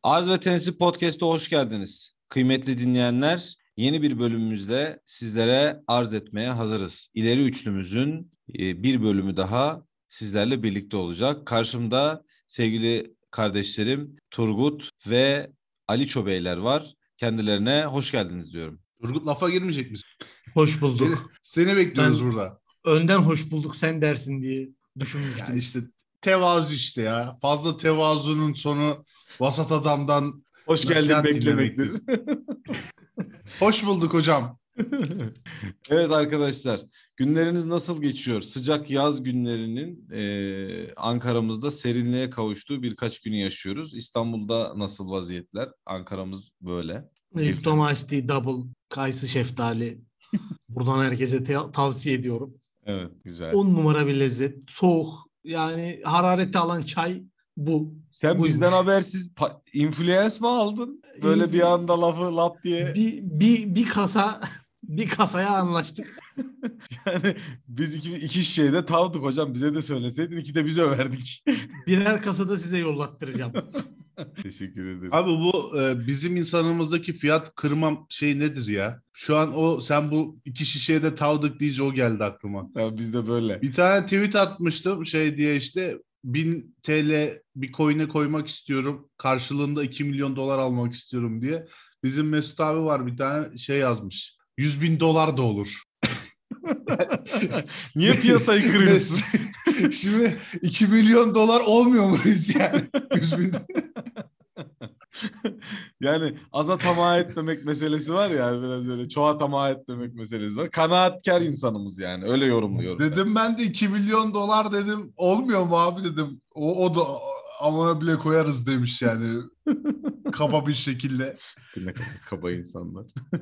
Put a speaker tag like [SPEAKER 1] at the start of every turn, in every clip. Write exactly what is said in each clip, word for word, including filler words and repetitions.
[SPEAKER 1] Arz ve Tensip Podcast'a hoş geldiniz. Kıymetli dinleyenler, yeni bir bölümümüzde sizlere arz etmeye hazırız. İleri Üçlümüzün bir bölümü daha sizlerle birlikte olacak. Karşımda sevgili kardeşlerim Turgut ve Aliço Beyler var. Kendilerine hoş geldiniz diyorum.
[SPEAKER 2] Turgut lafa girmeyecek misin?
[SPEAKER 3] Hoş bulduk.
[SPEAKER 2] Seni, seni bekliyoruz
[SPEAKER 3] ben
[SPEAKER 2] burada.
[SPEAKER 3] Önden hoş bulduk sen dersin diye düşünmüştüm.
[SPEAKER 2] Ya işte tevazu işte ya. Fazla tevazunun sonu vasat adamdan
[SPEAKER 1] hoş geldin beklemektir.
[SPEAKER 2] Hoş bulduk hocam.
[SPEAKER 1] Evet arkadaşlar, günleriniz nasıl geçiyor? Sıcak yaz günlerinin e, Ankara'mızda serinliğe kavuştuğu birkaç günü yaşıyoruz. İstanbul'da nasıl vaziyetler? Ankara'mız böyle.
[SPEAKER 3] Lipton Ice Tea Double, kayısı şeftali. Buradan herkese te- tavsiye ediyorum.
[SPEAKER 1] Evet, güzel.
[SPEAKER 3] On numara bir lezzet. Soğuk. Yani harareti alan çay bu.
[SPEAKER 1] Sen
[SPEAKER 3] Buymuş.
[SPEAKER 1] Bizden habersiz pa- influence mi aldın? Böyle İnf- bir anda lafı lap diye.
[SPEAKER 3] Bir, bir, bir kasa bir kasaya anlaştık.
[SPEAKER 1] Yani biz iki, iki şişeyi de tavdık hocam. Bize de söyleseydin, iki de biz överdik.
[SPEAKER 3] Birer kasada size yollattıracağım.
[SPEAKER 1] Teşekkür ederim.
[SPEAKER 2] Abi bu e, bizim insanımızdaki fiyat kırma şey nedir ya? Şu an o sen bu iki şişeye de tavdık deyince o geldi aklıma.
[SPEAKER 1] Ya bizde böyle.
[SPEAKER 2] Bir tane tweet atmıştım şey diye işte bin T L bir coin'e koymak istiyorum. Karşılığında iki milyon dolar almak istiyorum diye. Bizim Mesut abi var bir tane şey yazmış. yüz bin dolar da olur.
[SPEAKER 1] Niye piyasayı kırıyorsun?
[SPEAKER 2] Şimdi iki milyon dolar olmuyor muyuz yani? yüz bin
[SPEAKER 1] Yani aza tamah etmemek meselesi var ya, biraz öyle çoğa tamah etmemek meselesi var. Kanaatkar insanımız yani, öyle yorumluyorum.
[SPEAKER 2] Dedim ben. ben de iki milyon dolar dedim, olmuyor mu abi dedim. O, o da amına bile koyarız demiş yani. Kaba bir şekilde.
[SPEAKER 1] Ne kadar kaba insanlar.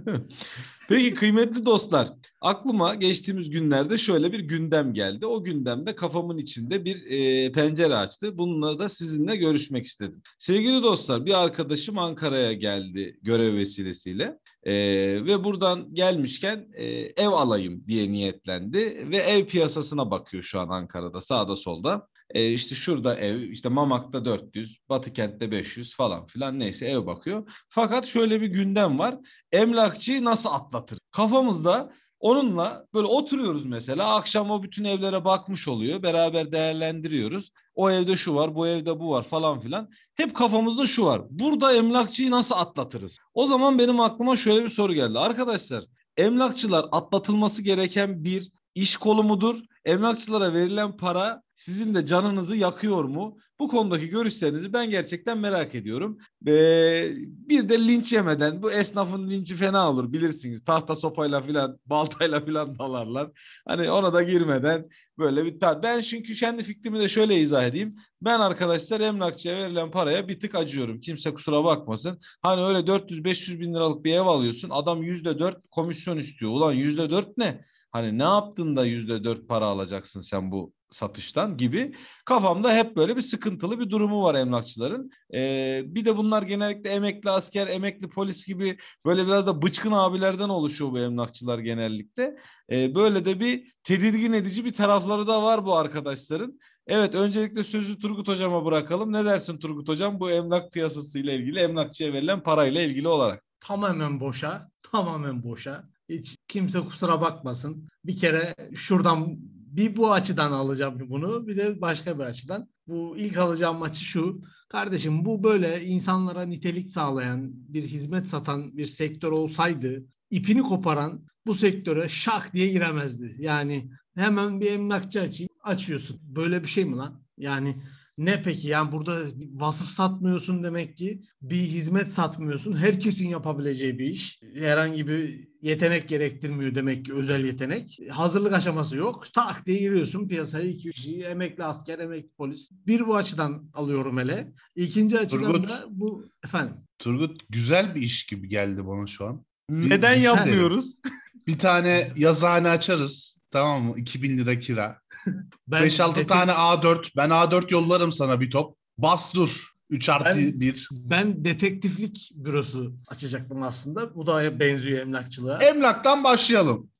[SPEAKER 1] Peki kıymetli dostlar, aklıma geçtiğimiz günlerde şöyle bir gündem geldi. O gündemde kafamın içinde bir e, pencere açtı. Bununla da sizinle görüşmek istedim. Sevgili dostlar, bir arkadaşım Ankara'ya geldi görev vesilesiyle. E, ve buradan gelmişken e, ev alayım diye niyetlendi. Ve ev piyasasına bakıyor şu an Ankara'da, sağda solda. E işte şurada ev, işte Mamak'ta dört yüz, Batıkent'te beş yüz falan filan, neyse ev bakıyor. Fakat şöyle bir gündem var. Emlakçıyı nasıl atlatır? Kafamızda onunla böyle oturuyoruz mesela. Akşam o bütün evlere bakmış oluyor. Beraber değerlendiriyoruz. O evde şu var, bu evde bu var falan filan. Hep kafamızda şu var. Burada emlakçıyı nasıl atlatırız? O zaman benim aklıma şöyle bir soru geldi. Arkadaşlar, emlakçılar atlatılması gereken bir iş kolu mudur? Emlakçılara verilen para sizin de canınızı yakıyor mu? Bu konudaki görüşlerinizi ben gerçekten merak ediyorum. Ee, bir de linç yemeden, bu esnafın linçi fena olur bilirsiniz. Tahta sopayla filan, baltayla filan dalarlar. Hani ona da girmeden böyle bir ta- ben çünkü kendi fikrimi de şöyle izah edeyim. Ben arkadaşlar emlakçıya verilen paraya bir tık acıyorum. Kimse kusura bakmasın. Hani öyle dört yüz beş yüz bin liralık bir ev alıyorsun. Adam yüzde dört komisyon istiyor. Ulan yüzde dört ne? Hani ne yaptın da yüzde dört para alacaksın sen bu satıştan gibi. Kafamda hep böyle bir sıkıntılı bir durumu var emlakçıların. Ee, bir de bunlar genellikle emekli asker, emekli polis gibi böyle biraz da bıçkın abilerden oluşuyor bu emlakçılar genellikle. Ee, böyle de bir tedirgin edici bir tarafları da var bu arkadaşların. Evet, öncelikle sözü Turgut Hocam'a bırakalım. Ne dersin Turgut Hocam bu emlak piyasasıyla ilgili, emlakçıya verilen parayla ilgili olarak?
[SPEAKER 3] Tamamen boşa, tamamen boşa. Hiç kimse kusura bakmasın. Bir kere şuradan bir bu açıdan alacağım bunu, bir de başka bir açıdan. Bu ilk alacağım açı şu. Kardeşim, bu böyle insanlara nitelik sağlayan, bir hizmet satan bir sektör olsaydı, ipini koparan bu sektöre şak diye giremezdi. Yani hemen bir emlakçı açayım, açıyorsun. Böyle bir şey mi lan? Yani ne peki? Yani burada vasıf satmıyorsun demek ki, bir hizmet satmıyorsun. Herkesin yapabileceği bir iş. Herhangi bir yetenek gerektirmiyor demek ki, özel yetenek. Hazırlık aşaması yok. Tak diye giriyorsun piyasaya, iki kişi, emekli asker, emekli polis. Bir bu açıdan alıyorum hele. İkinci açıdan
[SPEAKER 2] Turgut,
[SPEAKER 3] da bu efendim.
[SPEAKER 2] Turgut güzel bir iş gibi geldi bana şu an.
[SPEAKER 1] Neden
[SPEAKER 2] bir,
[SPEAKER 1] yapmıyoruz?
[SPEAKER 2] Bir tane yazıhane açarız. Tamam mı? iki bin lira kira. beş altı detek... tane A dört. Ben A dört yollarım sana bir top. Bas dur. üç artı bir.
[SPEAKER 3] Ben detektiflik bürosu açacaktım aslında. Bu da benziyor emlakçılığa.
[SPEAKER 2] Emlaktan başlayalım.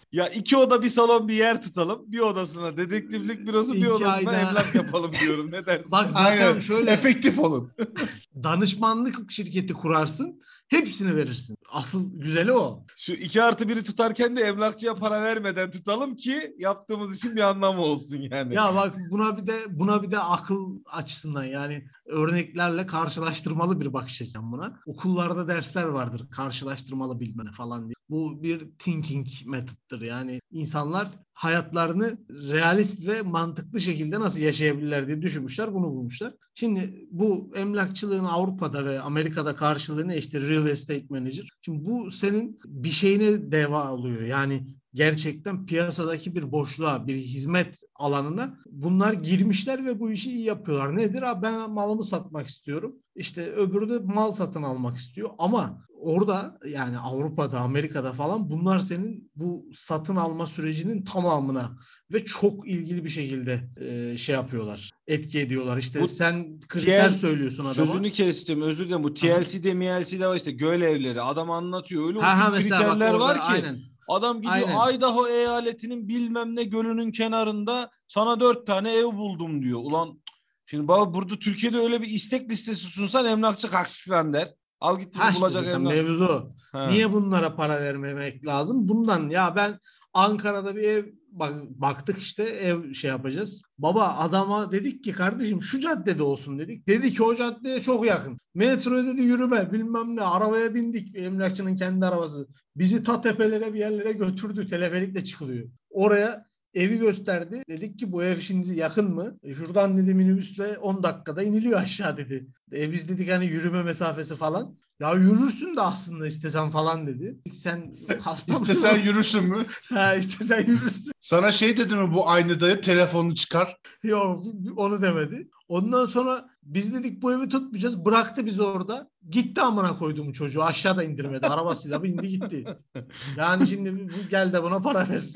[SPEAKER 1] Ya iki oda bir salon bir yer tutalım. Bir odasına dedektiflik bürosu, bir
[SPEAKER 3] İki
[SPEAKER 1] odasına
[SPEAKER 3] ayda-
[SPEAKER 1] emlak yapalım diyorum. Ne dersin?
[SPEAKER 3] Bak zaten
[SPEAKER 2] Aynen.
[SPEAKER 3] şöyle
[SPEAKER 2] Efektif olun.
[SPEAKER 3] danışmanlık şirketi kurarsın. Hepsini verirsin. Asıl güzeli o.
[SPEAKER 1] Şu iki artı biri tutarken de emlakçıya para vermeden tutalım ki yaptığımız için bir anlamı olsun yani.
[SPEAKER 3] Ya bak buna bir de buna bir de akıl açısından yani örneklerle karşılaştırmalı bir bakış açısı buna. Okullarda dersler vardır karşılaştırmalı bilme falan diye. Bu bir thinking metoddur. Yani insanlar hayatlarını realist ve mantıklı şekilde nasıl yaşayabilirler diye düşünmüşler, bunu bulmuşlar. Şimdi bu emlakçılığın Avrupa'da ve Amerika'da karşılığı ne? İşte real estate manager. Şimdi bu senin bir şeyine deva oluyor. Yani gerçekten piyasadaki bir boşluğa, bir hizmet alanına bunlar girmişler ve bu işi iyi yapıyorlar. Nedir? Abi ben malımı satmak istiyorum. İşte öbürü de mal satın almak istiyor. Ama orada yani Avrupa'da, Amerika'da falan bunlar senin bu satın alma sürecinin tamamına ve çok ilgili bir şekilde e, şey yapıyorlar. Etki ediyorlar. İşte
[SPEAKER 1] Bu
[SPEAKER 3] sen kriter söylüyorsun adama.
[SPEAKER 1] Sözünü kestim, özür dilerim. Bu T L C'de M L C'de var işte göl evleri. Adam anlatıyor. Öyle
[SPEAKER 3] Ha, ha,
[SPEAKER 1] uçuk
[SPEAKER 3] mesela bak
[SPEAKER 1] kriterler
[SPEAKER 3] orada
[SPEAKER 1] var ki.
[SPEAKER 3] aynen.
[SPEAKER 1] Adam gidiyor
[SPEAKER 3] Aynen.
[SPEAKER 1] Idaho eyaletinin bilmem ne gölünün kenarında sana dört tane ev buldum diyor. Ulan şimdi baba burada Türkiye'de öyle bir istek listesi sunsan emlakçı kalksın der. Al git bunu
[SPEAKER 3] Ha işte
[SPEAKER 1] bulacak
[SPEAKER 3] zaten
[SPEAKER 1] emlak.
[SPEAKER 3] mevzu.
[SPEAKER 1] Ha.
[SPEAKER 3] Niye bunlara para vermemek lazım? Bundan ya ben Ankara'da bir ev bak, baktık işte ev şey yapacağız. Baba adama dedik ki kardeşim şu caddede olsun dedik. Dedi ki o caddeye çok yakın. Metro dedi yürüme bilmem ne. Arabaya bindik. Emlakçının kendi arabası. Bizi ta tepelere bir yerlere götürdü. Teleferikle çıkılıyor. Oraya evi gösterdi. Dedik ki bu ev şimdi yakın mı? E şuradan dedi minibüsle on dakikada iniliyor aşağı dedi. E biz dedik hani yürüme mesafesi falan. Ya yürürsün de aslında istesen falan dedi. Sen hasta mısın?
[SPEAKER 2] İstesen yürürsün mü?
[SPEAKER 3] Ha istesen yürürsün.
[SPEAKER 2] Sana şey dedi mi bu aynı dayı telefonunu çıkar.
[SPEAKER 3] Yok onu demedi. Ondan sonra biz dedik bu evi tutmayacağız. Bıraktı bizi orada. Gitti amına koyduğum çocuğu. Aşağıda indirmedi. Arabasıyla indi gitti. Yani şimdi bu gel de buna para ver.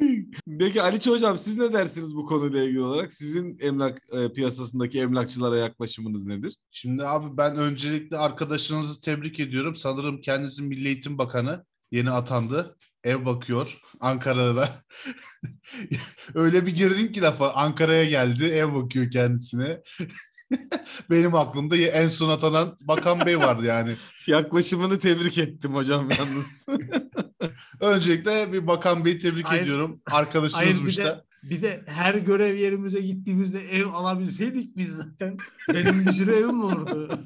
[SPEAKER 1] Peki Ali Hocam siz ne dersiniz bu konuyla ilgili olarak? Sizin emlak e, piyasasındaki emlakçılara yaklaşımınız nedir?
[SPEAKER 2] Şimdi abi ben öncelikle arkadaşınızı tebrik ediyorum. Sanırım kendisi Milli Eğitim Bakanı. Yeni atandı. Ev bakıyor Ankara'da. Öyle bir girdin ki lafa. Ankara'ya geldi. Ev bakıyor kendisine. Benim aklımda en son atanan Bakan Bey vardı yani.
[SPEAKER 1] Yaklaşımını tebrik ettim hocam yalnız.
[SPEAKER 2] Öncelikle bir Bakan Bey'i tebrik
[SPEAKER 3] Hayır.
[SPEAKER 2] ediyorum.
[SPEAKER 3] Hayır
[SPEAKER 2] Arkadaşınızmış
[SPEAKER 3] bir de,
[SPEAKER 2] da.
[SPEAKER 3] bir de her görev yerimize gittiğimizde ev alabilseydik biz zaten. Benim bir sürü evim olurdu.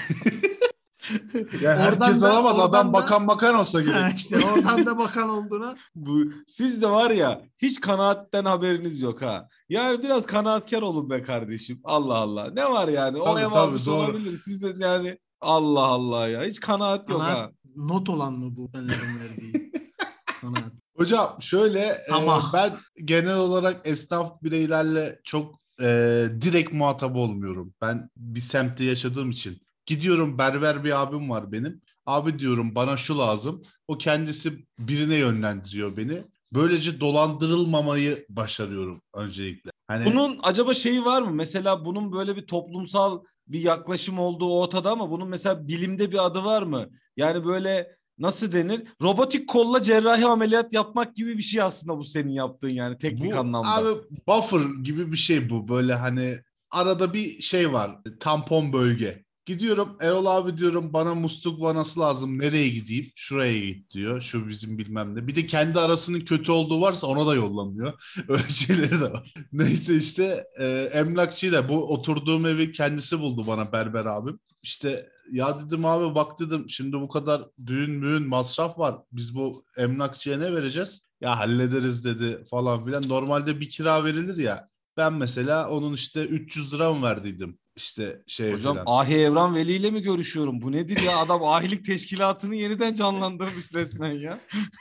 [SPEAKER 2] Ya herkes
[SPEAKER 3] da-
[SPEAKER 2] alamaz.
[SPEAKER 3] oradan
[SPEAKER 2] Adam
[SPEAKER 3] da-
[SPEAKER 2] bakan bakan olsa
[SPEAKER 3] Ha,
[SPEAKER 2] gerek.
[SPEAKER 3] işte oradan da bakan olduğuna.
[SPEAKER 1] Bu siz de var ya hiç kanaatten haberiniz yok ha. Yani biraz kanaatkar olun be kardeşim. Allah Allah. Ne var yani? O
[SPEAKER 2] Tabii,
[SPEAKER 1] ev
[SPEAKER 2] tabii,
[SPEAKER 1] almış
[SPEAKER 2] doğru.
[SPEAKER 1] olabilir. Sizin yani Allah Allah ya. Hiç kanaat yok
[SPEAKER 3] Kanaat
[SPEAKER 1] ha.
[SPEAKER 3] not olan mı bu benlerin verdiği? Kanaat.
[SPEAKER 2] Hocam şöyle e,
[SPEAKER 3] Tamam.
[SPEAKER 2] ben genel olarak esnaf bireylerle çok e, direkt muhatap olmuyorum. Ben bir semtte yaşadığım için. Gidiyorum berber bir abim var benim. Abi diyorum bana şu lazım. O kendisi birine yönlendiriyor beni. Böylece dolandırılmamayı başarıyorum öncelikle. Hani
[SPEAKER 1] Bunun acaba şeyi var mı? Mesela bunun böyle bir toplumsal bir yaklaşım olduğu ortada ama bunun mesela bilimde bir adı var mı? Yani böyle nasıl denir? Robotik kolla cerrahi ameliyat yapmak gibi bir şey aslında bu senin yaptığın yani teknik
[SPEAKER 2] bu
[SPEAKER 1] anlamda.
[SPEAKER 2] abi buffer gibi bir şey bu. Böyle hani arada bir şey var. Tampon bölge. Gidiyorum Erol abi diyorum bana musluk vanası lazım. Nereye gideyim? Şuraya git diyor. Şu bizim bilmem ne. Bir de kendi arasının kötü olduğu varsa ona da yollamıyor. Öyle şeyleri de var. Neyse işte e, emlakçıyı da bu oturduğum evi kendisi buldu bana berber abim. İşte ya dedim abi bak dedim şimdi bu kadar düğün müğün masraf var. Biz bu emlakçıya ne vereceğiz? Ya hallederiz dedi falan filan. Normalde bir kira verilir ya. Ben mesela onun işte üç yüz lira mı verdiydim? İşte şey
[SPEAKER 1] Hocam
[SPEAKER 2] falan.
[SPEAKER 1] Ahi Evran Veli ile mi görüşüyorum? Bu nedir ya? Adam ahilik teşkilatını yeniden canlandırmış resmen ya.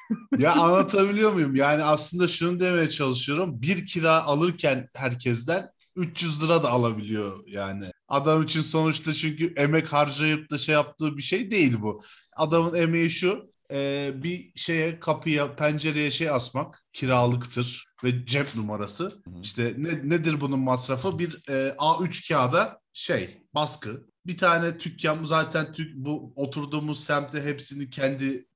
[SPEAKER 2] Ya anlatabiliyor muyum? Yani aslında şunu demeye çalışıyorum. Bir kira alırken herkesten üç yüz lira da alabiliyor yani. Adam için sonuçta çünkü emek harcayıp da şey yaptığı bir şey değil bu. Adamın emeği şu. e, bir şeye kapıya pencereye şey asmak kiralıktır ve cep numarası.
[SPEAKER 1] Hı.
[SPEAKER 2] İşte ne, nedir bunun masrafı? Bir e, A üç kağıda şey baskı. Bir tane tükkan zaten tük, bu oturduğumuz semtte hepsini kendi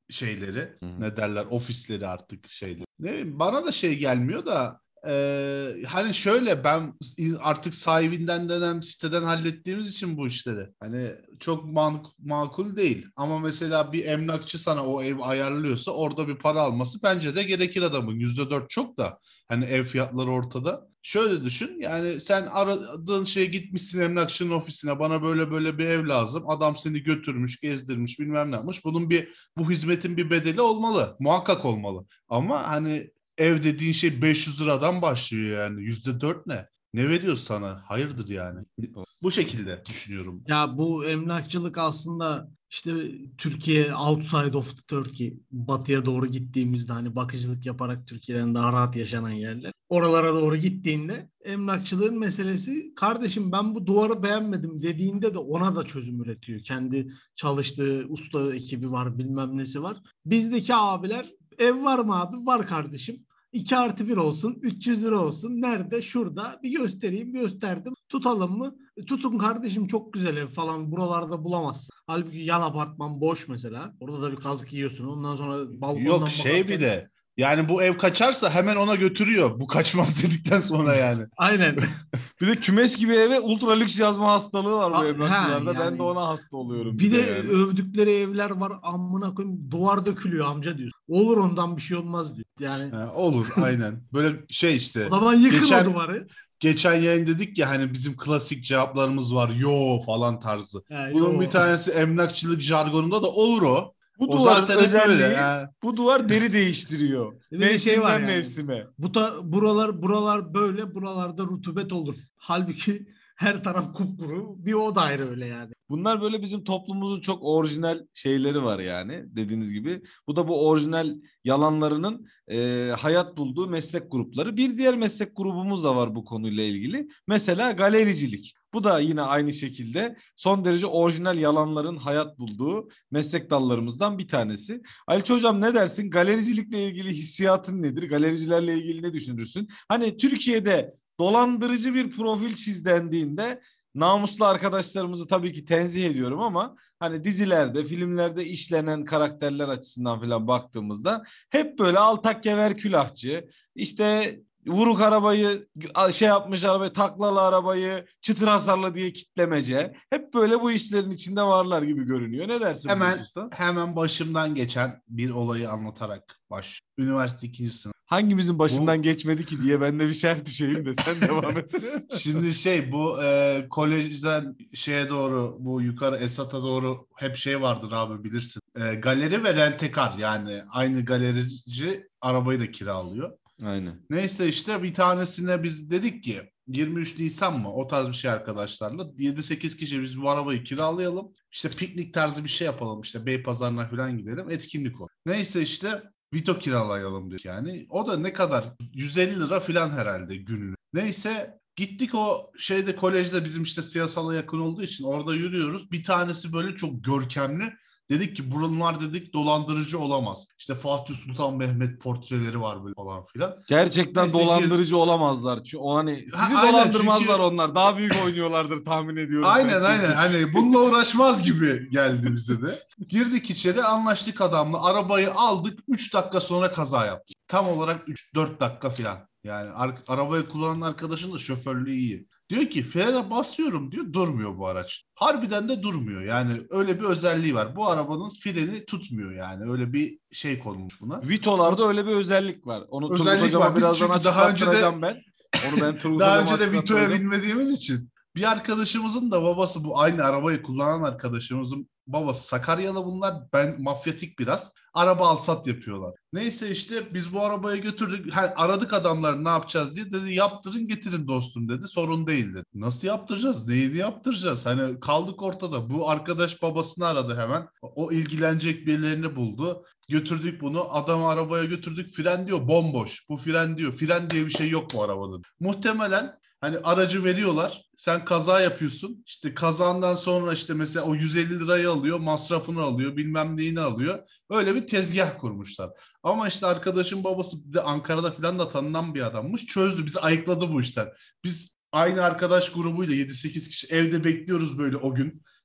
[SPEAKER 2] şeyleri.
[SPEAKER 1] Hı.
[SPEAKER 2] Ne derler? Ofisleri artık şeyleri. Ne bileyim, bana da şey gelmiyor da Ee, hani şöyle ben artık sahibinden denen siteden hallettiğimiz için bu işleri hani çok man- makul değil ama mesela bir emlakçı sana o ev ayarlıyorsa orada bir para alması bence de gerekir adamın. Yüzde dört çok da hani ev fiyatları ortada. Şöyle düşün, yani sen aradığın şeye gitmişsin emlakçının ofisine, bana böyle böyle bir ev lazım, adam seni götürmüş gezdirmiş bilmem ne yapmış, bunun bir bu hizmetin bir bedeli olmalı, muhakkak olmalı ama hani ev dediğin şey beş yüz liradan başlıyor yani. Yüzde dört ne? Ne veriyor sana? Hayırdır yani. Bu şekilde düşünüyorum.
[SPEAKER 3] Ya bu emlakçılık aslında işte Türkiye outside of Turkey, batıya doğru gittiğimizde hani bakıcılık yaparak Türkiye'den daha rahat yaşanan yerler. Oralara doğru gittiğinde emlakçılığın meselesi, kardeşim ben bu duvarı beğenmedim dediğinde de ona da çözüm üretiyor. Kendi çalıştığı usta ekibi var, bilmem nesi var. Bizdeki abiler, ev var mı abi? Var kardeşim. iki artı bir olsun, üç yüz lira olsun. Nerede? Şurada. Bir göstereyim, gösterdim. Tutalım mı? E, tutun kardeşim, çok güzel ev falan, buralarda bulamazsın. Halbuki yan apartman boş mesela. Orada da bir kazık yiyorsun. Ondan sonra balkondan
[SPEAKER 2] Yok şey
[SPEAKER 3] bakarken...
[SPEAKER 2] bir de yani bu ev kaçarsa hemen ona götürüyor. Bu kaçmaz dedikten sonra yani.
[SPEAKER 3] Aynen.
[SPEAKER 1] Bir de kümes gibi eve ultra lüks yazma hastalığı var bu
[SPEAKER 3] Ha,
[SPEAKER 1] emlakçılarda.
[SPEAKER 3] yani.
[SPEAKER 1] Ben de ona hasta oluyorum.
[SPEAKER 3] Bir de
[SPEAKER 1] yani.
[SPEAKER 3] övdükleri evler var. Amına koyayım, duvar dökülüyor amca diyor. Olur, ondan bir şey olmaz diyor. Yani
[SPEAKER 2] Ha, olur aynen. Böyle şey
[SPEAKER 3] o
[SPEAKER 2] işte.
[SPEAKER 3] zaman yıkın
[SPEAKER 2] Geçen,
[SPEAKER 3] o duvarı.
[SPEAKER 2] geçen yayın dedik ya hani bizim klasik cevaplarımız var. Yo falan tarzı.
[SPEAKER 3] He,
[SPEAKER 2] Bunun
[SPEAKER 3] yo.
[SPEAKER 2] bir tanesi emlakçılık jargonunda da olur o.
[SPEAKER 1] Bu
[SPEAKER 2] O
[SPEAKER 1] duvarın
[SPEAKER 2] zaten hep
[SPEAKER 1] özelliği,
[SPEAKER 2] öyle. Ha.
[SPEAKER 1] bu duvar deri değiştiriyor.
[SPEAKER 3] Bir de şey var
[SPEAKER 1] Mevsimden
[SPEAKER 3] yani.
[SPEAKER 1] mevsime.
[SPEAKER 3] Bu da buralar buralar böyle, buralarda rutubet olur. Halbuki her taraf kupkuru. Bir o daire öyle yani.
[SPEAKER 1] Bunlar böyle bizim toplumumuzun çok orijinal şeyleri var yani dediğiniz gibi. Bu da bu orijinal yalanlarının e, hayat bulduğu meslek grupları. Bir diğer meslek grubumuz da var bu konuyla ilgili. Mesela galericilik. Bu da yine aynı şekilde son derece orijinal yalanların hayat bulduğu meslek dallarımızdan bir tanesi. Ali Hocam ne dersin? Galericilikle ilgili hissiyatın nedir? Galericilerle ilgili ne düşünürsün? Hani Türkiye'de dolandırıcı bir profil çizdendiğinde namuslu arkadaşlarımızı tabii ki tenzih ediyorum ama hani dizilerde, filmlerde işlenen karakterler açısından falan baktığımızda hep böyle altak gever külahçı, işte vuruk arabayı şey yapmış, arabayı taklalı, arabayı çıtır hasarlı diye kitlemece, hep böyle bu işlerin içinde varlar gibi görünüyor. Ne dersin bu
[SPEAKER 2] Hemen
[SPEAKER 1] hususta?
[SPEAKER 2] hemen başımdan geçen bir olayı anlatarak baş. Üniversite ikinci sınıf.
[SPEAKER 1] Hangimizin başından
[SPEAKER 2] Bu...
[SPEAKER 1] geçmedi ki diye ben de bir şerh düşeyim de sen devam et.
[SPEAKER 2] Şimdi şey bu e, kolejden şeye doğru, bu yukarı Esat'a doğru hep şey vardır abi, bilirsin. E, galeri ve rentekar, yani aynı galerici arabayı da kiralıyor.
[SPEAKER 1] Aynen.
[SPEAKER 2] Neyse işte bir tanesine biz dedik ki yirmi üç Nisan mı o tarz bir şey arkadaşlarla yedi sekiz kişi biz bu arabayı kiralayalım. İşte piknik tarzı bir şey yapalım, işte Beypazarı'na falan gidelim, etkinlik o. Neyse işte Vito kiralayalım diyor yani. O da ne kadar? yüz elli lira falan herhalde günlük. Neyse gittik, o şeyde kolejde bizim işte siyasala yakın olduğu için orada yürüyoruz. Bir tanesi böyle çok görkemli. Dedik ki bunlar dedik dolandırıcı olamaz. İşte Fatih Sultan Mehmet portreleri var böyle falan filan.
[SPEAKER 1] Gerçekten
[SPEAKER 2] Neyse,
[SPEAKER 1] dolandırıcı gir... olamazlar. Çünkü o hani sizi
[SPEAKER 2] ha, aynen,
[SPEAKER 1] dolandırmazlar çünkü... onlar. Daha büyük oynuyorlardır tahmin ediyorum.
[SPEAKER 2] Aynen aynen. Hani bununla uğraşmaz gibi geldi bize de. Girdik içeri, anlaştık adamla. Arabayı aldık. üç dakika sonra kaza yaptık. Tam olarak üç dört dakika falan. Yani ar- arabayı kullanan arkadaşın da şoförlüğü iyi. Diyor ki frene basıyorum diyor, durmuyor bu araç. Harbiden de durmuyor. Yani öyle bir özelliği var. Bu arabanın freni tutmuyor yani. Öyle bir şey konmuş buna.
[SPEAKER 1] Vito'larda öyle bir özellik var. Onu Turgut
[SPEAKER 2] özellik
[SPEAKER 1] Hocam'a
[SPEAKER 2] var. Biz
[SPEAKER 1] birazdan
[SPEAKER 2] çünkü daha önce de
[SPEAKER 1] ben. Onu ben Turgut
[SPEAKER 2] daha
[SPEAKER 1] Hocam'a
[SPEAKER 2] önce de Vito'ya
[SPEAKER 1] açıklattıracağım.
[SPEAKER 2] binmediğimiz için. Bir arkadaşımızın da babası, bu aynı arabayı kullanan arkadaşımızın babası Sakaryalı bunlar. Ben mafyatik biraz. Araba alsat yapıyorlar. Neyse işte biz bu arabayı götürdük. Ha, aradık adamlar ne yapacağız diye. Dedi yaptırın getirin dostum dedi. Sorun değil dedi. Nasıl yaptıracağız? Neyini yaptıracağız? Hani kaldık ortada. Bu arkadaş babasını aradı hemen. O ilgilenecek birilerini buldu. Götürdük bunu. Adamı arabaya götürdük. Fren diyor bomboş. Bu fren diyor. Fren diye bir şey yok bu arabada. Muhtemelen hani aracı veriyorlar. Sen kaza yapıyorsun. İşte kazandan sonra işte mesela o yüz elli lirayı alıyor. Masrafını alıyor. Bilmem neyini alıyor. Öyle bir tezgah kurmuşlar. Ama işte arkadaşın babası de Ankara'da falan da tanınan bir adammış. Çözdü. Bizi ayıkladı bu işten. Biz aynı arkadaş grubuyla yedi sekiz kişi evde bekliyoruz böyle o gün.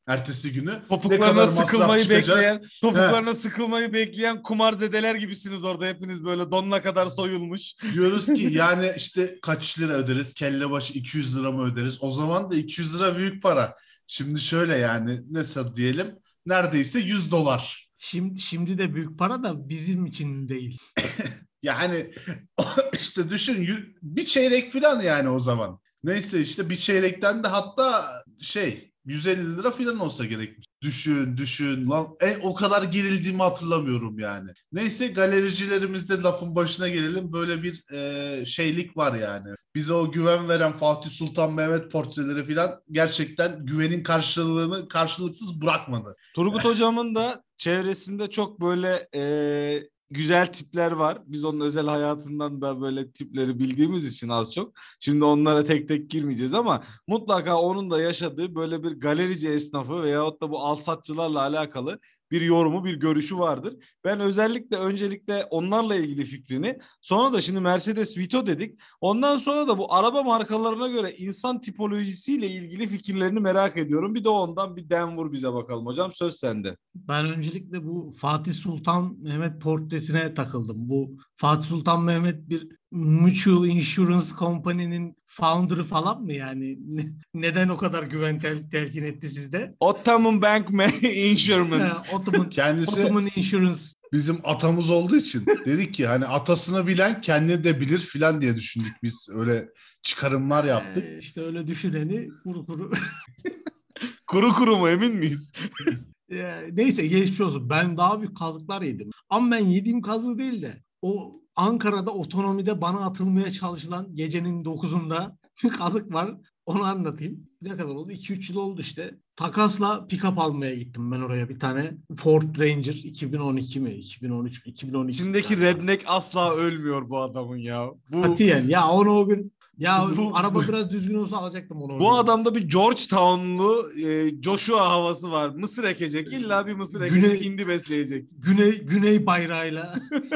[SPEAKER 2] ertesi günü. Ne
[SPEAKER 1] Topuklarına
[SPEAKER 2] kadar masraf
[SPEAKER 1] sıkılmayı
[SPEAKER 2] çıkacak?
[SPEAKER 1] bekleyen, topuklarına sıkılmayı bekleyen kumarzedeler gibisiniz orada hepiniz böyle donuna kadar soyulmuş.
[SPEAKER 2] Diyoruz ki yani işte kaç lira öderiz? Kelle başı iki yüz lira mı öderiz? O zaman da iki yüz lira büyük para. Şimdi şöyle yani nasıl diyelim? Neredeyse yüz dolar.
[SPEAKER 3] Şimdi, şimdi de büyük para da bizim için değil.
[SPEAKER 2] Yani işte düşün yü- bir çeyrek falan yani o zaman. Neyse işte bir çeyrekten de hatta şey yüz elli lira falan olsa gerekmiş. Düşün düşün lan e, o kadar gerildiğimi hatırlamıyorum yani. Neyse galericilerimizde lafın başına gelelim. Böyle bir e, şeylik var yani. Bize o güven veren Fatih Sultan Mehmet portreleri falan gerçekten güvenin karşılığını karşılıksız bırakmadı.
[SPEAKER 1] Turgut hocamın da çevresinde çok böyle e, güzel tipler var. Biz onun özel hayatından da böyle tipleri bildiğimiz için az çok. Şimdi onlara tek tek girmeyeceğiz ama mutlaka onun da yaşadığı böyle bir galerici esnafı veyahut da bu alsatçılarla alakalı bir yorumu, bir görüşü vardır. Ben özellikle öncelikle onlarla ilgili fikrini, sonra da şimdi Mercedes Vito dedik. Ondan sonra da bu araba markalarına göre insan tipolojisiyle ilgili fikirlerini merak ediyorum. Bir de ondan bir dem vur bize bakalım hocam. Söz sende.
[SPEAKER 3] Ben öncelikle bu Fatih Sultan Mehmet portresine takıldım. Bu Fatih Sultan Mehmet bir Mutual Insurance Company'nin founder'ı falan mı yani? Ne- neden o kadar güven tel- telkin etti sizde?
[SPEAKER 1] Ottoman Bank Insurance.
[SPEAKER 3] Ha, Ottoman,
[SPEAKER 2] Kendisi
[SPEAKER 3] Ottoman Insurance.
[SPEAKER 2] bizim atamız olduğu için dedik ki hani atasını bilen kendini de bilir filan diye düşündük biz öyle çıkarımlar yaptık.
[SPEAKER 3] Ee, işte öyle düşüneni kuru kuru.
[SPEAKER 1] Kuru kuru mu emin miyiz?
[SPEAKER 3] Ee, neyse geçmiş olsun. Ben daha büyük kazıklar yedim. Ama ben yediğim kazığı değil de o Ankara'da otonomide bana atılmaya çalışılan gecenin dokuzunda bir kazık var. Onu anlatayım. Ne kadar oldu? iki üç yıl oldu işte. Takasla pick-up almaya gittim ben oraya bir tane. Ford Ranger iki bin on iki mi? iki bin on üç mi? iki bin on iki.
[SPEAKER 1] İçindeki redneck asla ölmüyor bu adamın ya. Bu
[SPEAKER 3] Katiyen. Ya onu o gün ya
[SPEAKER 1] Bu-
[SPEAKER 3] araba biraz düzgün olsa alacaktım onu. o
[SPEAKER 1] bu
[SPEAKER 3] gün.
[SPEAKER 1] adamda bir Georgetown'lu e, Joshua havası var. Mısır ekecek. İlla bir mısır ekecek,
[SPEAKER 3] Güney-
[SPEAKER 1] hindi besleyecek.
[SPEAKER 3] Güney Güney bayrağıyla.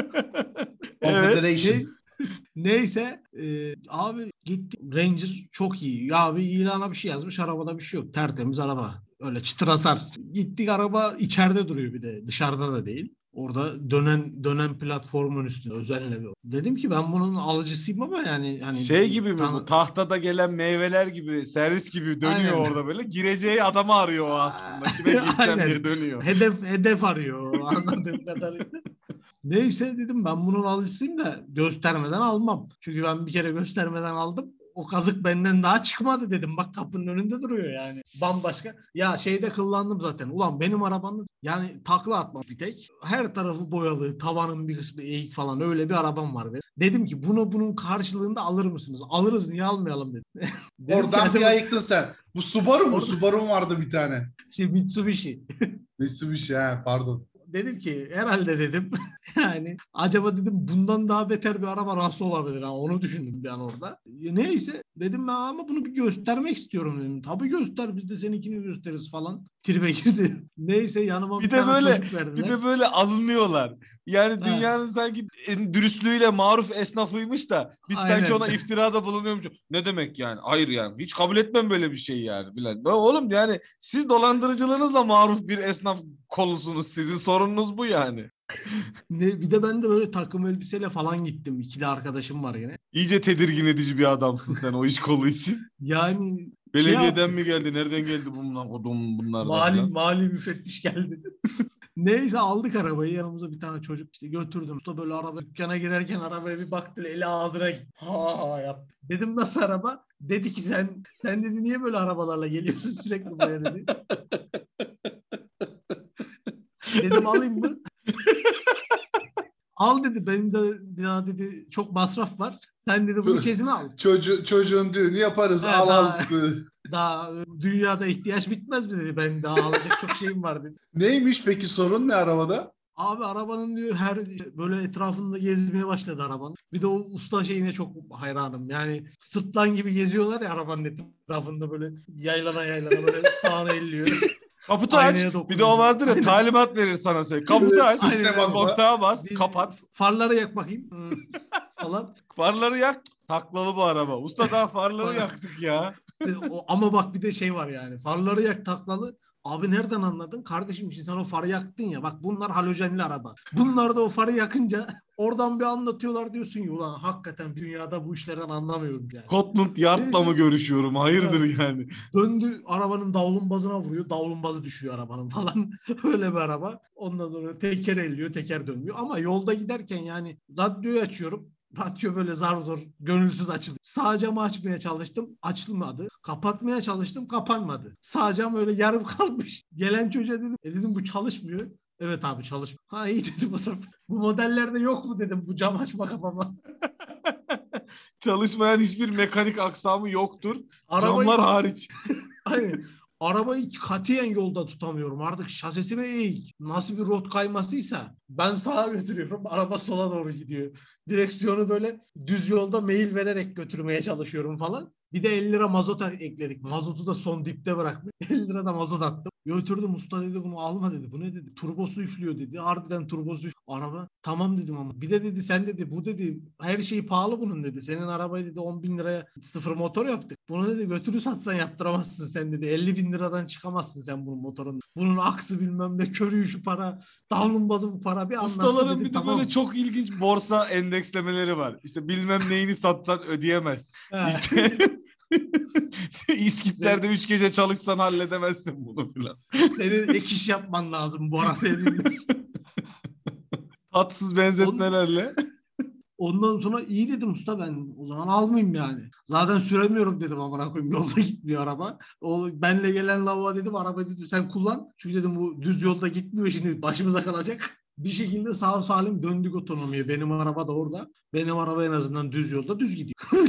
[SPEAKER 1] Evet.
[SPEAKER 2] Confederation.
[SPEAKER 3] Ne- Neyse e, abi gittik. Ranger çok iyi. Ya bir ilana bir şey yazmış. Arabada bir şey yok. Tertemiz araba. Öyle çıtır hasar. Gittik araba içeride duruyor bir de. Dışarıda da değil. Orada dönen dönen platformun üstünde özenle. bir- Dedim ki ben bunun alıcısıyım ama yani hani
[SPEAKER 1] Şey gibi mi
[SPEAKER 3] tan-
[SPEAKER 1] bu? Tahtada gelen meyveler gibi, servis gibi dönüyor
[SPEAKER 3] Aynen.
[SPEAKER 1] orada böyle. Gireceği adamı arıyor o aslında. Kime girsem
[SPEAKER 3] Aynen.
[SPEAKER 1] diye dönüyor.
[SPEAKER 3] Hedef hedef arıyor anladığım kadarıyla. Neyse dedim ben bunun alıcısıyım da göstermeden almam. Çünkü ben bir kere göstermeden aldım. O kazık benden daha çıkmadı dedim. Bak kapının önünde duruyor yani. Bambaşka. Ya şeyde kıllandım zaten. Ulan benim arabanın yani takla atmam bir tek. Her tarafı boyalı. Tavanın bir kısmı eğik falan. Öyle bir arabam var benim. Dedim ki bunu bunun karşılığında alır mısınız? Alırız niye almayalım dedim. Dedim ki
[SPEAKER 2] Oradan bir
[SPEAKER 3] acaba-
[SPEAKER 2] ayıktın sen. Bu Subaru mu?
[SPEAKER 3] Orada-
[SPEAKER 2] Subaru vardı bir tane.
[SPEAKER 3] Şey, Mitsubishi.
[SPEAKER 2] Mitsubishi ha pardon.
[SPEAKER 3] Dedim ki herhalde dedim yani acaba dedim bundan daha beter bir araba nasıl olabilir ha onu düşündüm bir an orada. E, Neyse dedim ben ama bunu bir göstermek istiyorum dedim. Tabii göster biz de seninkini gösteririz falan. Tribe girdi. Neyse yanıma bir,
[SPEAKER 1] Bir de
[SPEAKER 3] tane
[SPEAKER 1] böyle-
[SPEAKER 3] çocuk verdiler.
[SPEAKER 1] Bir de böyle alınıyorlar. Yani dünyanın sanki en dürüstlüğüyle maruf esnafıymış da biz
[SPEAKER 3] Aynen.
[SPEAKER 1] sanki ona iftirada bulunuyormuş. Ne demek yani? Hayır yani. Hiç kabul etmem böyle bir şey yani. Bilen. Ya oğlum yani siz dolandırıcılığınızla maruf bir esnaf kolusunuz. Sizin sorununuz bu yani.
[SPEAKER 3] Ne, bir de ben de böyle takım elbiseyle falan gittim. İkili arkadaşım var yine.
[SPEAKER 1] İyice tedirgin edici bir adamsın sen o iş kolu için.
[SPEAKER 3] Yani
[SPEAKER 1] Belediyeden
[SPEAKER 3] yaptık.
[SPEAKER 1] mi geldi? Nereden geldi bunlar? Odum bunlar.
[SPEAKER 3] Mali, mali müfettiş geldi. Neyse aldık arabayı yanımıza bir tane çocuk işte götürdüm. Usta böyle araba dükkana girerken arabaya bir baktı eli ağzına gitti. Ha ha yaptı. Dedim nasıl araba? Dedi ki sen sen dedi niye böyle arabalarla geliyorsun sürekli buraya dedi. Dedim alayım mı? Al dedi benim de ya dedi çok masraf var. Sen dedi bunu kesin al.
[SPEAKER 2] Çocuğu, çocuğun düğünü yaparız.
[SPEAKER 3] Evet,
[SPEAKER 2] al al.
[SPEAKER 3] ha. Daha dünyada ihtiyaç bitmez mi dedi. Ben daha alacak çok şeyim var dedi.
[SPEAKER 2] Neymiş peki sorun ne arabada?
[SPEAKER 3] Abi arabanın diyor her böyle etrafında gezmeye başladı arabanın. Bir de o usta şeyine çok hayranım. Yani sırtlan gibi geziyorlar ya arabanın etrafında böyle yaylana yaylana böyle sağına elliyor.
[SPEAKER 1] Kaputu
[SPEAKER 3] Aynaya
[SPEAKER 1] aç. Bir
[SPEAKER 3] dokunuyor.
[SPEAKER 1] de o vardır ya
[SPEAKER 3] Aynen.
[SPEAKER 1] talimat verir sana söyle. Kaputu aç.
[SPEAKER 2] Sistem alma.
[SPEAKER 1] Kontağa bas.
[SPEAKER 3] Bir-
[SPEAKER 1] Kapat.
[SPEAKER 3] Farları yak bakayım. Hı, falan.
[SPEAKER 1] Farları yak. Taklalı bu araba. Usta daha farları
[SPEAKER 3] Far-
[SPEAKER 1] yaktık ya.
[SPEAKER 3] O, ama bak bir de şey var yani. Farları yak taklalı. Abi nereden anladın? Kardeşim şimdi sen o farı yaktın ya. Bak bunlar halojenli araba. Bunlar da o farı yakınca oradan bir anlatıyorlar diyorsun ya ulan hakikaten dünyada bu işlerden anlamıyorum yani.
[SPEAKER 1] Scotland Yard'la mı görüşüyorum? Hayırdır yani?
[SPEAKER 3] Döndü arabanın davlumbazına vuruyor. Davlumbazı düşüyor arabanın falan. Öyle bir araba. Ondan sonra teker elliyor, teker dönmüyor. Ama yolda giderken yani radyoyu açıyorum. Radyo böyle zar zor gönülsüz açıldı. Sağ camı açmaya çalıştım. Açılmadı. Kapatmaya çalıştım. Kapanmadı. Sağ cam öyle yarım kalmış. Gelen çocuğa dedim. E dedim bu çalışmıyor. Evet abi çalışmıyor. Ha iyi dedim o zaman. Bu modellerde yok mu dedim bu cam açma kapama.
[SPEAKER 1] Çalışmayan hiçbir mekanik aksamı yoktur.
[SPEAKER 3] Arabayı,
[SPEAKER 1] Camlar hariç.
[SPEAKER 3] aynen. Arabayı katiyen yolda tutamıyorum. Artık şasisi mi eğik? Nasıl bir rot kaymasıysa ben sağa götürüyorum. Araba sola doğru gidiyor. Direksiyonu böyle düz yolda meyil vererek götürmeye çalışıyorum falan. Bir de elli lira mazot ekledik. Mazotu da son dipte bırakmış. elli lira da mazot attım. Götürdüm usta dedi bunu alma dedi. Bu ne dedi? Turbosu üflüyor dedi. Harbiden turbosu üflüyor. Araba tamam dedim ama. Bir de dedi sen dedi bu dedi her şeyi pahalı bunun dedi. Senin arabayı dedi on bin liraya sıfır motor yaptık. Bunu dedi götürü satsan yaptıramazsın sen dedi. elli bin liradan çıkamazsın sen bunun motorun. Bunun aksı bilmem ne körüğü şu para. Davlumbazı bu para. Bir
[SPEAKER 1] Ustaların
[SPEAKER 3] anlattı
[SPEAKER 1] bir
[SPEAKER 3] dedi,
[SPEAKER 1] de
[SPEAKER 3] tamam.
[SPEAKER 1] böyle çok ilginç borsa endekslemeleri var. İşte bilmem neyini satsan ödeyemez.
[SPEAKER 3] He.
[SPEAKER 1] İşte İskitler'de üç gece çalışsan halledemezsin bunu filan.
[SPEAKER 3] Senin ek iş yapman lazım bu arabaya.
[SPEAKER 1] Tatsız benzetmelerle.
[SPEAKER 3] Ondan sonra iyi dedim usta ben o zaman almayayım yani. Zaten süremiyorum dedim amına koyayım yolda gitmiyor araba. O benle gelen lavuğa dedim araba dedim sen kullan. Çünkü dedim bu düz yolda gitmiyor şimdi başımıza kalacak. Bir şekilde sağ salim döndük otonomiye. Benim araba da orada. Benim araba en azından düz yolda düz gidiyor.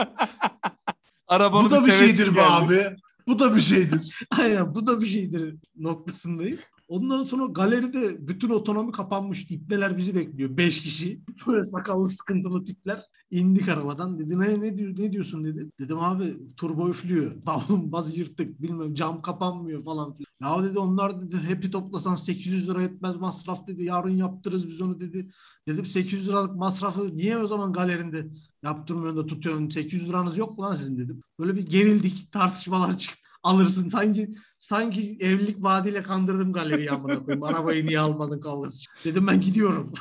[SPEAKER 1] Arabanı
[SPEAKER 2] Bu da bir
[SPEAKER 1] sevesin
[SPEAKER 2] şeydir be
[SPEAKER 1] geldi.
[SPEAKER 2] abi. Bu da bir şeydir.
[SPEAKER 3] Aynen bu da bir şeydir noktasındayım. Ondan sonra galeride bütün otonomi kapanmış. İpneler bizi bekliyor. Beş kişi. Böyle sakallı sıkıntılı tipler. İndik arabadan. Dedi ne, ne, diyor, ne diyorsun dedi. Dedim abi turbo üflüyor. Davlumbazı yırttık. Bilmem cam kapanmıyor falan filan. Ya dedi onlar dedi hepi toplasan sekiz yüz lira etmez masraf dedi. Yarın yaptırırız biz onu dedi. Dedim sekiz yüz liralık masrafı niye o zaman galerinde yaptırmıyorsun da tutuyorsun. sekiz yüz liranız yok mu lan sizin dedim. Böyle bir gerildik. Tartışmalar çıktı. Alırsın. Sanki sanki evlilik vaadiyle kandırdım galeriyi amına koyayım. Arabayı niye almadın kavgası. Dedim ben gidiyorum.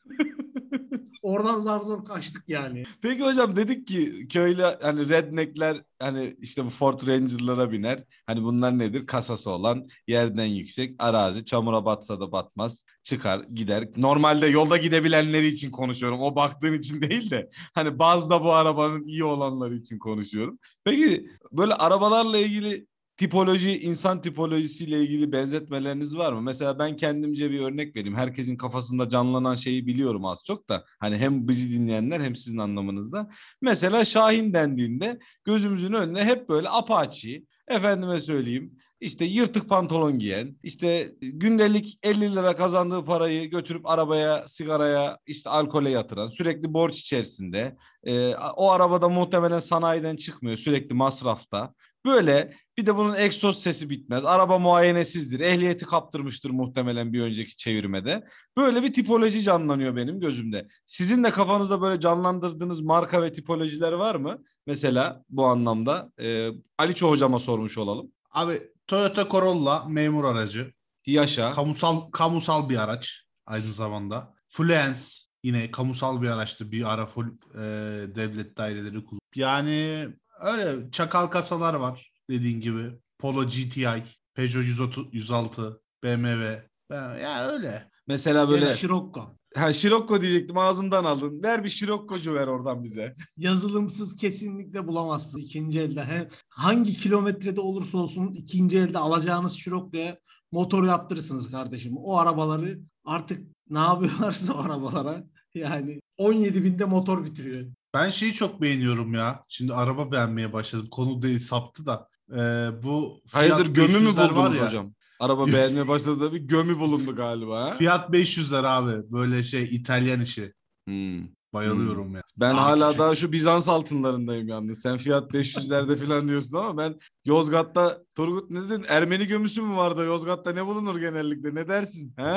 [SPEAKER 3] Oradan zar zor kaçtık yani.
[SPEAKER 1] Peki hocam dedik ki köylü hani redneckler hani işte bu Ford Ranger'lara biner. Hani bunlar nedir? Kasası olan yerden yüksek arazi çamura batsa da batmaz. Çıkar gider. Normalde yolda gidebilenleri için konuşuyorum. O baktığın için değil de hani bazı bu arabanın iyi olanları için konuşuyorum. Peki böyle arabalarla ilgili tipoloji, insan tipolojisiyle ilgili benzetmeleriniz var mı? Mesela ben kendimce bir örnek vereyim. Herkesin kafasında canlanan şeyi biliyorum az çok da. Hani hem bizi dinleyenler hem sizin anlamınızda. Mesela Şahin dendiğinde gözümüzün önüne hep böyle Apache, efendime söyleyeyim, işte yırtık pantolon giyen, işte gündelik elli lira kazandığı parayı götürüp arabaya, sigaraya, işte alkole yatıran, sürekli borç içerisinde. Ee, o arabada muhtemelen sanayiden çıkmıyor, sürekli masrafta. Böyle bir de bunun egzoz sesi bitmez. Araba muayenesizdir. Ehliyeti kaptırmıştır muhtemelen bir önceki çevirmede. Böyle bir tipoloji canlanıyor benim gözümde. Sizin de kafanızda böyle canlandırdığınız marka ve tipolojiler var mı? Mesela bu anlamda e, Aliço hocama sormuş olalım.
[SPEAKER 2] Abi Toyota Corolla memur aracı.
[SPEAKER 1] Yaşa.
[SPEAKER 2] Kamusal kamusal bir araç aynı zamanda. Fluence yine kamusal bir araçtı. Bir ara full e, devlet daireleri kullanıyor. Yani öyle çakal kasalar var dediğin gibi. Polo G T I, Peugeot yüz otuz, yüz altı, B M W. Ya yani öyle.
[SPEAKER 1] Mesela böyle
[SPEAKER 3] Böyle Scirocco.
[SPEAKER 1] ha, Scirocco diyecektim ağzımdan aldın. Ver bir Scirocco'cu ver oradan bize.
[SPEAKER 3] Yazılımsız kesinlikle bulamazsın ikinci elde. He, hangi kilometrede olursa olsun ikinci elde alacağınız Scirocco'ya motor yaptırırsınız kardeşim. O arabaları artık ne yapıyorlarsa o arabalara yani on yedi binde motor bitiriyor.
[SPEAKER 2] Ben şeyi çok beğeniyorum ya. Şimdi araba beğenmeye başladım. Konu değil saptı da. Ee, bu
[SPEAKER 1] Hayırdır
[SPEAKER 2] Fiat
[SPEAKER 1] gömü mü
[SPEAKER 2] beş yüzler var
[SPEAKER 1] buldunuz
[SPEAKER 2] ya.
[SPEAKER 1] hocam? Araba beğenmeye başladığında bir gömü bulundu galiba. Ha?
[SPEAKER 2] Fiat beş yüzler abi. Böyle şey İtalyan işi.
[SPEAKER 1] Hmm.
[SPEAKER 2] Bayılıyorum
[SPEAKER 1] Hmm.
[SPEAKER 2] ya.
[SPEAKER 1] Ben
[SPEAKER 2] Daha
[SPEAKER 1] hala
[SPEAKER 2] küçük.
[SPEAKER 1] daha şu Bizans altınlarındayım yalnız. Sen Fiat beş yüzlerde falan diyorsun ama ben Yozgat'ta Turgut ne dedin? Ermeni gömüsü mü vardı? Yozgat'ta ne bulunur genellikle? Ne dersin? He?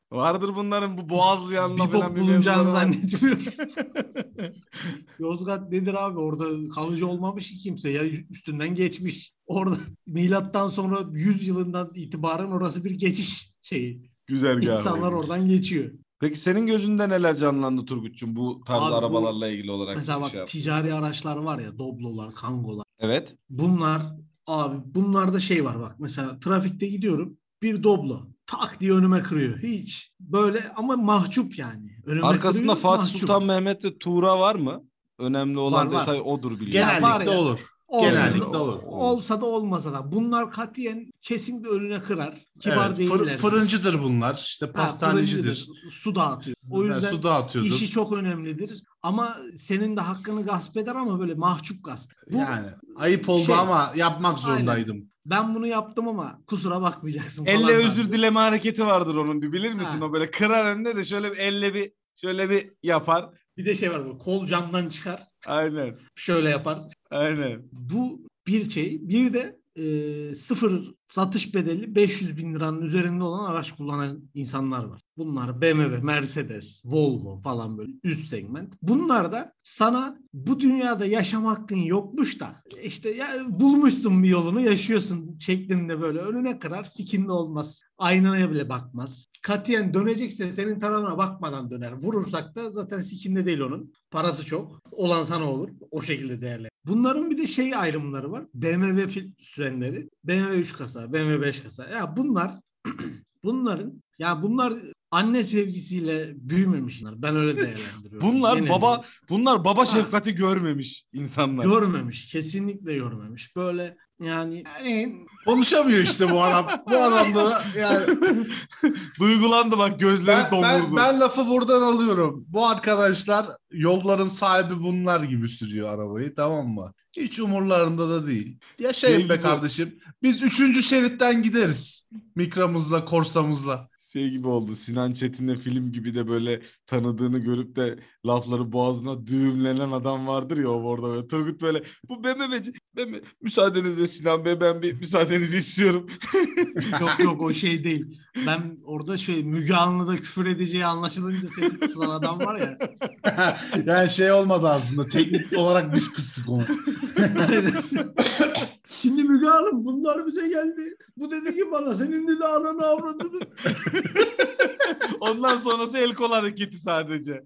[SPEAKER 1] Vardır bunların bu Boğazlı yanına
[SPEAKER 3] Bir
[SPEAKER 1] falan
[SPEAKER 3] bok
[SPEAKER 1] bir
[SPEAKER 3] bulunacağını
[SPEAKER 1] mevzuları var.
[SPEAKER 3] zannetmiyorum. Yozgat nedir abi? Orada kalıcı olmamış ki kimse. Ya üstünden geçmiş. Orada milattan sonra yüz yılından itibaren orası bir geçiş şeyi.
[SPEAKER 1] Güzergahı
[SPEAKER 3] İnsanlar
[SPEAKER 1] olmuş.
[SPEAKER 3] oradan geçiyor.
[SPEAKER 1] Peki senin gözünde neler canlandı Turgut'cum bu tarz
[SPEAKER 3] Abi bu
[SPEAKER 1] arabalarla ilgili olarak?
[SPEAKER 3] mesela
[SPEAKER 1] şey
[SPEAKER 3] bak
[SPEAKER 1] yap-
[SPEAKER 3] ticari araçlar var ya, Doblo'lar, Kango'lar.
[SPEAKER 1] Evet.
[SPEAKER 3] Bunlar abi bunlarda şey var bak, mesela trafikte gidiyorum, bir Doblo tak diye önüme kırıyor. Hiç böyle ama mahcup yani. Önüme
[SPEAKER 1] Arkasında
[SPEAKER 3] kırıyor,
[SPEAKER 1] Fatih
[SPEAKER 3] mahcup.
[SPEAKER 1] Sultan Mehmet ve Tuğra var mı? Önemli olan
[SPEAKER 3] Var, var.
[SPEAKER 1] detay odur biliyorum.
[SPEAKER 3] Ya var
[SPEAKER 2] Genellikle
[SPEAKER 3] ya,
[SPEAKER 2] olur.
[SPEAKER 3] olsa
[SPEAKER 2] Genellikle
[SPEAKER 3] da,
[SPEAKER 2] olur.
[SPEAKER 3] olsa da olmasa da bunlar katiyen kesinlikle önüne kırar. Kibar
[SPEAKER 2] Evet,
[SPEAKER 3] değiller.
[SPEAKER 2] fır- fırıncıdır bunlar. İşte
[SPEAKER 3] Ha,
[SPEAKER 2] pastanecidir.
[SPEAKER 3] fırıncıdır, su dağıtıyor. O
[SPEAKER 2] Yani
[SPEAKER 3] yüzden
[SPEAKER 2] su dağıtıyordur.
[SPEAKER 3] işi çok önemlidir. Ama senin de hakkını gasp eder ama böyle mahcup gasp. Bu
[SPEAKER 2] Yani ayıp oldu
[SPEAKER 3] şey-
[SPEAKER 2] ama yapmak zorundaydım.
[SPEAKER 3] ben bunu yaptım ama kusura bakmayacaksın falan.
[SPEAKER 1] Elle özür
[SPEAKER 3] tarzı.
[SPEAKER 1] dileme hareketi vardır onun bir, bilir misin?
[SPEAKER 3] Ha.
[SPEAKER 1] O böyle kırar önünde de şöyle bir elle bir şöyle bir yapar.
[SPEAKER 3] Bir de şey var, bu kol camdan çıkar.
[SPEAKER 1] Aynen.
[SPEAKER 3] Şöyle yapar.
[SPEAKER 1] Aynen.
[SPEAKER 3] Bu bir şey. Bir de e, sıfır satış bedeli beş yüz bin liranın üzerinde olan araç kullanan insanlar var. Bunlar B M W, Mercedes, Volvo falan, böyle üst segment. Bunlar da sana bu dünyada yaşam hakkın yokmuş da işte ya bulmuşsun bir yolunu, yaşıyorsun şeklinde böyle önüne kırar, sikinde olmaz. Aynaya bile bakmaz. Katiyen dönecekse senin tarafına bakmadan döner. Vurursak da zaten sikinde değil onun. Parası çok. Olan sana olur. O şekilde değerli. Bunların bir de şey ayrımları var. B M W sürenleri. B M W üç kasa, B M W beş kasa. Ya bunlar bunların ya bunlar anne sevgisiyle büyümemişler. Ben öyle değerlendiriyorum.
[SPEAKER 1] Bunlar
[SPEAKER 3] Genelde.
[SPEAKER 1] baba bunlar baba
[SPEAKER 3] Ha.
[SPEAKER 1] şefkati görmemiş insanlar.
[SPEAKER 3] Görmemiş. Kesinlikle görmemiş. Böyle yani, yani
[SPEAKER 2] Konuşamıyor işte bu adam. Bu adam da yani
[SPEAKER 1] Duygulandı bak, gözleri
[SPEAKER 2] ben, ben,
[SPEAKER 1] domurdu.
[SPEAKER 2] ben lafı buradan alıyorum. Bu arkadaşlar yolların sahibi bunlar gibi sürüyor arabayı, tamam mı? Hiç umurlarında da değil. Yaşayın
[SPEAKER 1] Şey
[SPEAKER 2] be
[SPEAKER 1] gibi-
[SPEAKER 2] kardeşim. Biz üçüncü şeritten gideriz. Mikramızla, korsamızla.
[SPEAKER 1] Şey gibi oldu. Sinan Çetin'le film gibi de böyle tanıdığını görüp de lafları boğazına düğümlenen adam vardır ya orada böyle. Turgut böyle bu B M W'ci. Ben mi? Müsaadenizle Sinan Bey, ben bir müsaadenizi istiyorum.
[SPEAKER 3] yok yok o şey değil. Ben orada şey, Müge Anlı'da küfür edeceği anlaşılınca sesi kısılan adam var ya.
[SPEAKER 2] Yani şey olmadı aslında. Teknik olarak biz kıstık onu.
[SPEAKER 3] Şimdi Müge Hanım bunlar bize geldi. Bu dedi ki bana, senin dedi ananı avradını.
[SPEAKER 1] Ondan sonrası el kol hareketi sadece.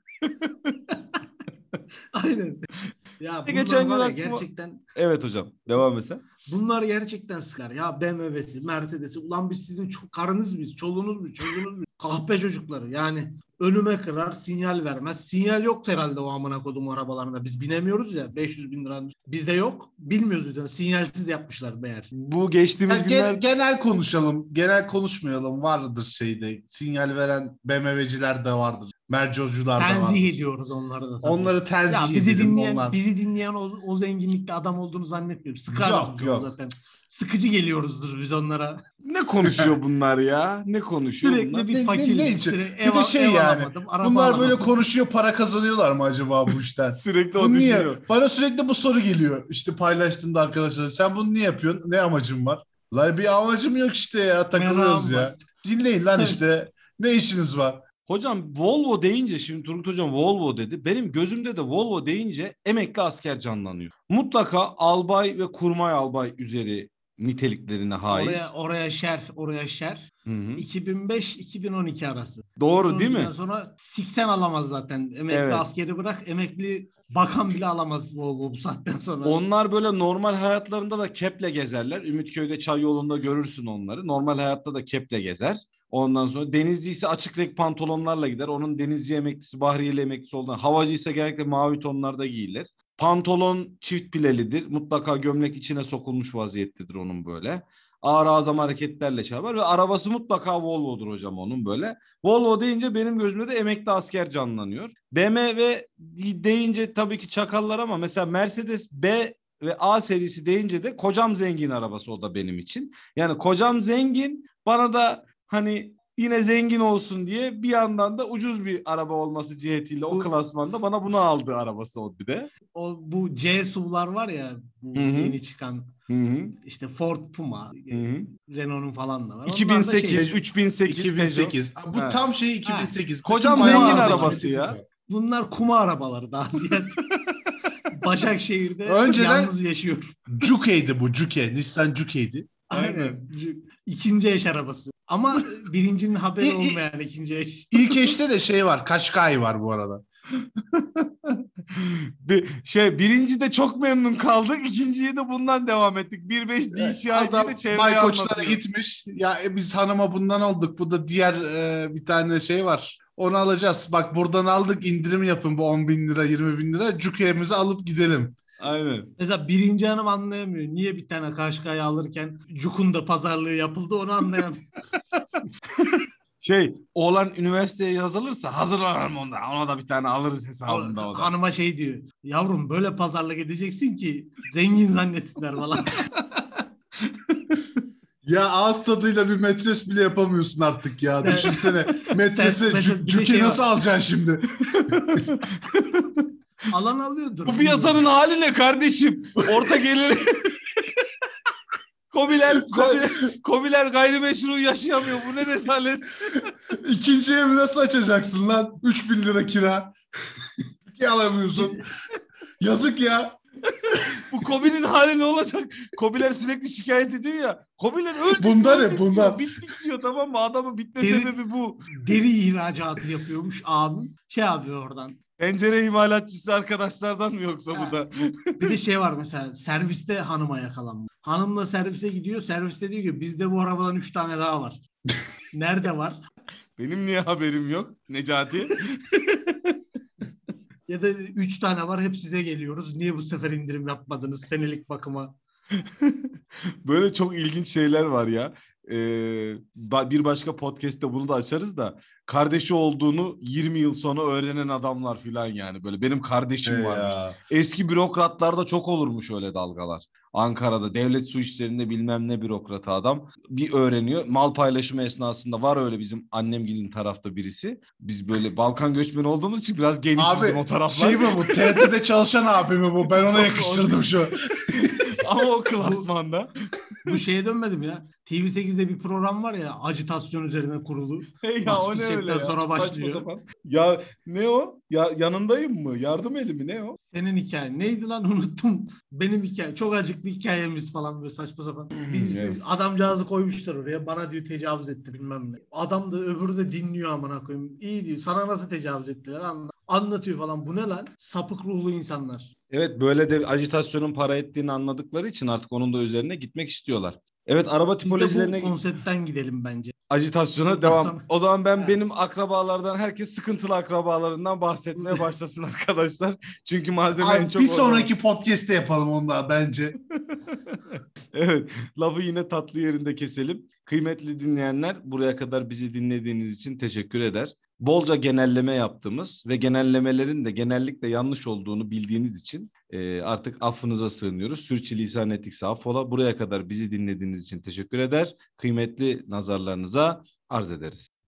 [SPEAKER 3] Aynen. Ya bunlar
[SPEAKER 1] Geçen gün
[SPEAKER 3] var ya
[SPEAKER 1] aklıma-
[SPEAKER 3] gerçekten,
[SPEAKER 1] Evet hocam. Devam et sen.
[SPEAKER 3] bunlar gerçekten sıkar. Ya B M W'si, Mercedes'i, ulan biz sizin ço- karınız biz, çoluğunuz biz, çocuğunuz biz. Kahpe çocukları yani, önüme kırar, sinyal vermez. Sinyal yok herhalde o amına kodum arabalarında. Biz binemiyoruz ya, beş yüz bin liranın. Bizde yok. Bilmiyoruz yani, sinyalsiz yapmışlar meğer.
[SPEAKER 1] Bu geçtiğimiz
[SPEAKER 2] Yani
[SPEAKER 1] günler...
[SPEAKER 2] gen- genel konuşalım. Genel konuşmayalım. Vardır şeyde. Sinyal veren B M W'ciler de vardır. Mercocular da vardır.
[SPEAKER 3] Tenzih ediyoruz onları da tabii.
[SPEAKER 2] Onları tenzih
[SPEAKER 3] Ya bizi
[SPEAKER 2] edelim.
[SPEAKER 3] dinleyen,
[SPEAKER 2] Onlar...
[SPEAKER 3] bizi dinleyen o, o zenginlikte adam olduğunu zannetmiyorum. Sıkarız
[SPEAKER 2] Yok,
[SPEAKER 3] biz
[SPEAKER 2] yok.
[SPEAKER 3] zaten. Sıkıcı geliyoruzdur biz onlara.
[SPEAKER 1] Ne konuşuyor bunlar ya? Ne konuşuyor
[SPEAKER 3] Sürekli
[SPEAKER 1] bunlar?
[SPEAKER 3] bir
[SPEAKER 2] Ne- ne-
[SPEAKER 3] fakirlik.
[SPEAKER 2] ne için?
[SPEAKER 3] sürekli
[SPEAKER 2] Bir de
[SPEAKER 3] ev,
[SPEAKER 2] şey
[SPEAKER 3] ev
[SPEAKER 2] yani,
[SPEAKER 3] alamadım, araba
[SPEAKER 2] Bunlar böyle
[SPEAKER 3] alamadım.
[SPEAKER 2] konuşuyor, para kazanıyorlar mı acaba bu işten?
[SPEAKER 1] Sürekli o
[SPEAKER 2] Bu niye?
[SPEAKER 1] düşünüyor.
[SPEAKER 2] Bana sürekli bu soru geliyor. İşte paylaştığında arkadaşlar, sen bunu niye yapıyorsun? Ne amacın var? La bir amacım yok işte ya, takılıyoruz
[SPEAKER 3] Merakım
[SPEAKER 2] ya.
[SPEAKER 3] var.
[SPEAKER 2] Dinleyin lan işte. Ne işiniz var?
[SPEAKER 1] Hocam Volvo deyince, şimdi Turgut Hocam Volvo dedi. Benim gözümde de Volvo deyince emekli asker canlanıyor. Mutlaka albay ve kurmay albay üzeri niteliklerine haiz.
[SPEAKER 3] Oraya, oraya şer, oraya şer.
[SPEAKER 1] Hı hı.
[SPEAKER 3] iki bin beş iki bin on iki arası.
[SPEAKER 1] Doğru değil mi?
[SPEAKER 3] Ondan sonra siksen alamaz zaten. Emekli
[SPEAKER 1] Evet.
[SPEAKER 3] askeri bırak, emekli bakan bile alamaz Volvo bu saatten sonra.
[SPEAKER 1] Onlar böyle normal hayatlarında da keple gezerler. Ümitköy'de çay yolunda görürsün onları. Normal hayatta da keple gezer. Ondan sonra denizci ise açık renk pantolonlarla gider. Onun denizci emeklisi, bahriyeli emeklisi olduğundan. Havacı ise genellikle mavi tonlarda giyilir. Pantolon çift pilelidir. Mutlaka gömlek içine sokulmuş vaziyettedir onun böyle. Ağır azam hareketlerle çarpar ve arabası mutlaka Volvo'dur hocam onun böyle. Volvo deyince benim gözümde de emekli asker canlanıyor. B M W deyince tabii ki çakallar ama mesela Mercedes B ve A serisi deyince de kocam zengin arabası o da benim için. Yani kocam zengin, bana da hani yine zengin olsun diye bir yandan da ucuz bir araba olması cihetiyle o
[SPEAKER 3] Bu-
[SPEAKER 1] klasmanda bana bunu aldı arabası o bir de.
[SPEAKER 3] O bu C S U V'lar var ya, bu
[SPEAKER 1] Hı hı.
[SPEAKER 3] yeni çıkan.
[SPEAKER 1] Hı hı.
[SPEAKER 3] İşte Ford Puma,
[SPEAKER 1] Hı hı.
[SPEAKER 3] Renault'un falan da var.
[SPEAKER 1] iki bin
[SPEAKER 3] Onlar da
[SPEAKER 1] sekiz,
[SPEAKER 3] şey-
[SPEAKER 1] üç bin sekiz,
[SPEAKER 2] iki bin sekiz.
[SPEAKER 1] Peugeot.
[SPEAKER 2] Bu
[SPEAKER 1] Ha.
[SPEAKER 2] tam şey iki bin sekiz.
[SPEAKER 1] Kocam
[SPEAKER 2] Bütün
[SPEAKER 1] zengin
[SPEAKER 2] bayanlardaki
[SPEAKER 1] arabası
[SPEAKER 2] bir
[SPEAKER 1] ya.
[SPEAKER 2] tipi var.
[SPEAKER 3] bunlar kuma arabaları daha ziyade. Başakşehir'de
[SPEAKER 2] Önceden-
[SPEAKER 3] yalnız yaşıyor.
[SPEAKER 2] Juke'ydi bu, Juke. Nissan Juke'ydi.
[SPEAKER 3] Aynen. İkinci eş arabası. Ama birincinin haberi
[SPEAKER 2] İ- i-
[SPEAKER 3] olmayan ikinci eş.
[SPEAKER 2] İlk eşte de şey var. Kaşkai var bu arada.
[SPEAKER 1] Bir, şey birinci de çok memnun kaldık. İkinciye de bundan devam ettik. bir nokta beş D C
[SPEAKER 2] Adam
[SPEAKER 1] I'yi de çevreye
[SPEAKER 2] Baykoçlara
[SPEAKER 1] anlatıyor.
[SPEAKER 2] gitmiş. Ya e, biz hanıma bundan aldık. Bu da diğer e, bir tane şey var. Onu alacağız. Bak buradan aldık, indirim yapın bu on bin lira, yirmi bin lira. Juke'mizi alıp gidelim.
[SPEAKER 1] Aynen.
[SPEAKER 3] Mesela birinci hanım anlayamıyor. Niye bir tane Kaşkay'ı alırken Cuk'un da pazarlığı yapıldı onu anlayamıyor.
[SPEAKER 1] Şey oğlan üniversiteye yazılırsa hazırlanalım onda. Ona da bir tane alırız hesabında o da.
[SPEAKER 3] Hanıma şey diyor. Yavrum böyle pazarlık edeceksin ki zengin zannetsinler falan.
[SPEAKER 2] Ya ağız tadıyla bir metres bile yapamıyorsun artık ya.
[SPEAKER 3] Evet.
[SPEAKER 2] Düşünsene metresi
[SPEAKER 3] Sen- mesela
[SPEAKER 2] Ju-
[SPEAKER 3] bir de
[SPEAKER 2] Juke
[SPEAKER 3] şey
[SPEAKER 2] nasıl
[SPEAKER 3] var.
[SPEAKER 2] alacaksın şimdi?
[SPEAKER 3] Alan alıyordur.
[SPEAKER 1] Bu piyasanın hali ne kardeşim? Orta gelir. Kobiler, kobiler, kobiler gayrimeşru yaşayamıyor. Bu ne rezalet.
[SPEAKER 2] İkinci evi nasıl açacaksın lan? üç bin lira kira. Juke alamıyorsun. Yazık ya.
[SPEAKER 1] Bu Kobi'nin hali ne olacak? Kobiler sürekli şikayet ediyor ya. Kobiler öldük.
[SPEAKER 2] Bundan
[SPEAKER 1] öldük
[SPEAKER 2] hep,
[SPEAKER 1] diyor,
[SPEAKER 2] bundan.
[SPEAKER 1] Bittik diyor tamam mı? Adamın bitme
[SPEAKER 3] Deri-
[SPEAKER 1] sebebi bu.
[SPEAKER 3] Deri ihracatı yapıyormuş abim. Şey yapıyor oradan.
[SPEAKER 1] Pencere imalatçısı arkadaşlardan mı yoksa
[SPEAKER 3] Ha.
[SPEAKER 1] bu da?
[SPEAKER 3] Bir de şey var mesela serviste hanıma yakalanmış. Hanımla servise gidiyor. Serviste diyor ki bizde bu arabadan üç tane daha var. Nerede var?
[SPEAKER 1] Benim niye haberim yok Necati?
[SPEAKER 3] Ya da üç tane var hep size geliyoruz. Niye bu sefer indirim yapmadınız senelik bakıma?
[SPEAKER 1] Böyle çok ilginç şeyler var ya. Ee, ba- bir başka podcast'te bunu da açarız da kardeşi olduğunu yirmi yıl sonra öğrenen adamlar filan yani böyle benim kardeşim
[SPEAKER 2] Hey
[SPEAKER 1] varmış.
[SPEAKER 2] ya.
[SPEAKER 1] Eski bürokratlarda çok olurmuş öyle dalgalar. Ankara'da devlet su işlerinde bilmem ne bürokratı adam bir öğreniyor. Mal paylaşımı esnasında var öyle bizim annemgilin tarafta birisi. Biz böyle Balkan göçmeni olduğumuz için biraz geniş bizim o
[SPEAKER 2] Abi
[SPEAKER 1] taraflar.
[SPEAKER 2] şey mi bu? T R T'de çalışan abi mi bu? Ben ona yakıştırdım şu.
[SPEAKER 1] Ama o klasmanda.
[SPEAKER 3] Bu şeye dönmedim ya. T V sekizde bir program var ya acitasyon üzerine kurulu.
[SPEAKER 1] Hey ya o ne
[SPEAKER 3] Masterchef'ten
[SPEAKER 1] öyle ya?
[SPEAKER 3] sonra
[SPEAKER 1] Saçma
[SPEAKER 3] başlıyor.
[SPEAKER 1] sapan. Ya ne o? Ya yanındayım mı? Yardım eli mi? Ne o?
[SPEAKER 3] Senin hikayen neydi lan unuttum. Benim hikayem. Çok acıklı hikayemiz falan böyle saçma sapan. Birisi,
[SPEAKER 1] Evet.
[SPEAKER 3] adamcağızı koymuşlar oraya. Bana diyor tecavüz etti bilmem ne. Adam da öbürü de dinliyor amına koyayım. İyi diyor. Sana nasıl tecavüz ettiler anla. Anlatıyor falan. Bu ne lan? Sapık ruhlu insanlar.
[SPEAKER 1] Evet böyle de ajitasyonun para ettiğini anladıkları için artık onun da üzerine gitmek istiyorlar. Evet araba
[SPEAKER 3] Biz de
[SPEAKER 1] tipolojilerine
[SPEAKER 3] bu konseptten gidelim bence.
[SPEAKER 1] ajitasyona
[SPEAKER 3] Bundan
[SPEAKER 1] devam.
[SPEAKER 3] sonra-
[SPEAKER 1] O zaman ben
[SPEAKER 3] Ha.
[SPEAKER 1] benim akrabalardan herkes sıkıntılı akrabalarından bahsetmeye başlasın arkadaşlar. Çünkü malzeme en
[SPEAKER 2] Abi,
[SPEAKER 1] çok
[SPEAKER 2] bir
[SPEAKER 1] orada.
[SPEAKER 2] sonraki podcast'te yapalım ondan bence.
[SPEAKER 1] Evet, lafı yine tatlı yerinde keselim. Kıymetli dinleyenler, buraya kadar bizi dinlediğiniz için teşekkür eder. Bolca genelleme yaptığımız ve genellemelerin de genellikle yanlış olduğunu bildiğiniz için e, artık affınıza sığınıyoruz. Sürçülisan ettikse affola. Buraya kadar bizi dinlediğiniz için teşekkür eder. Kıymetli nazarlarınıza arz ederiz.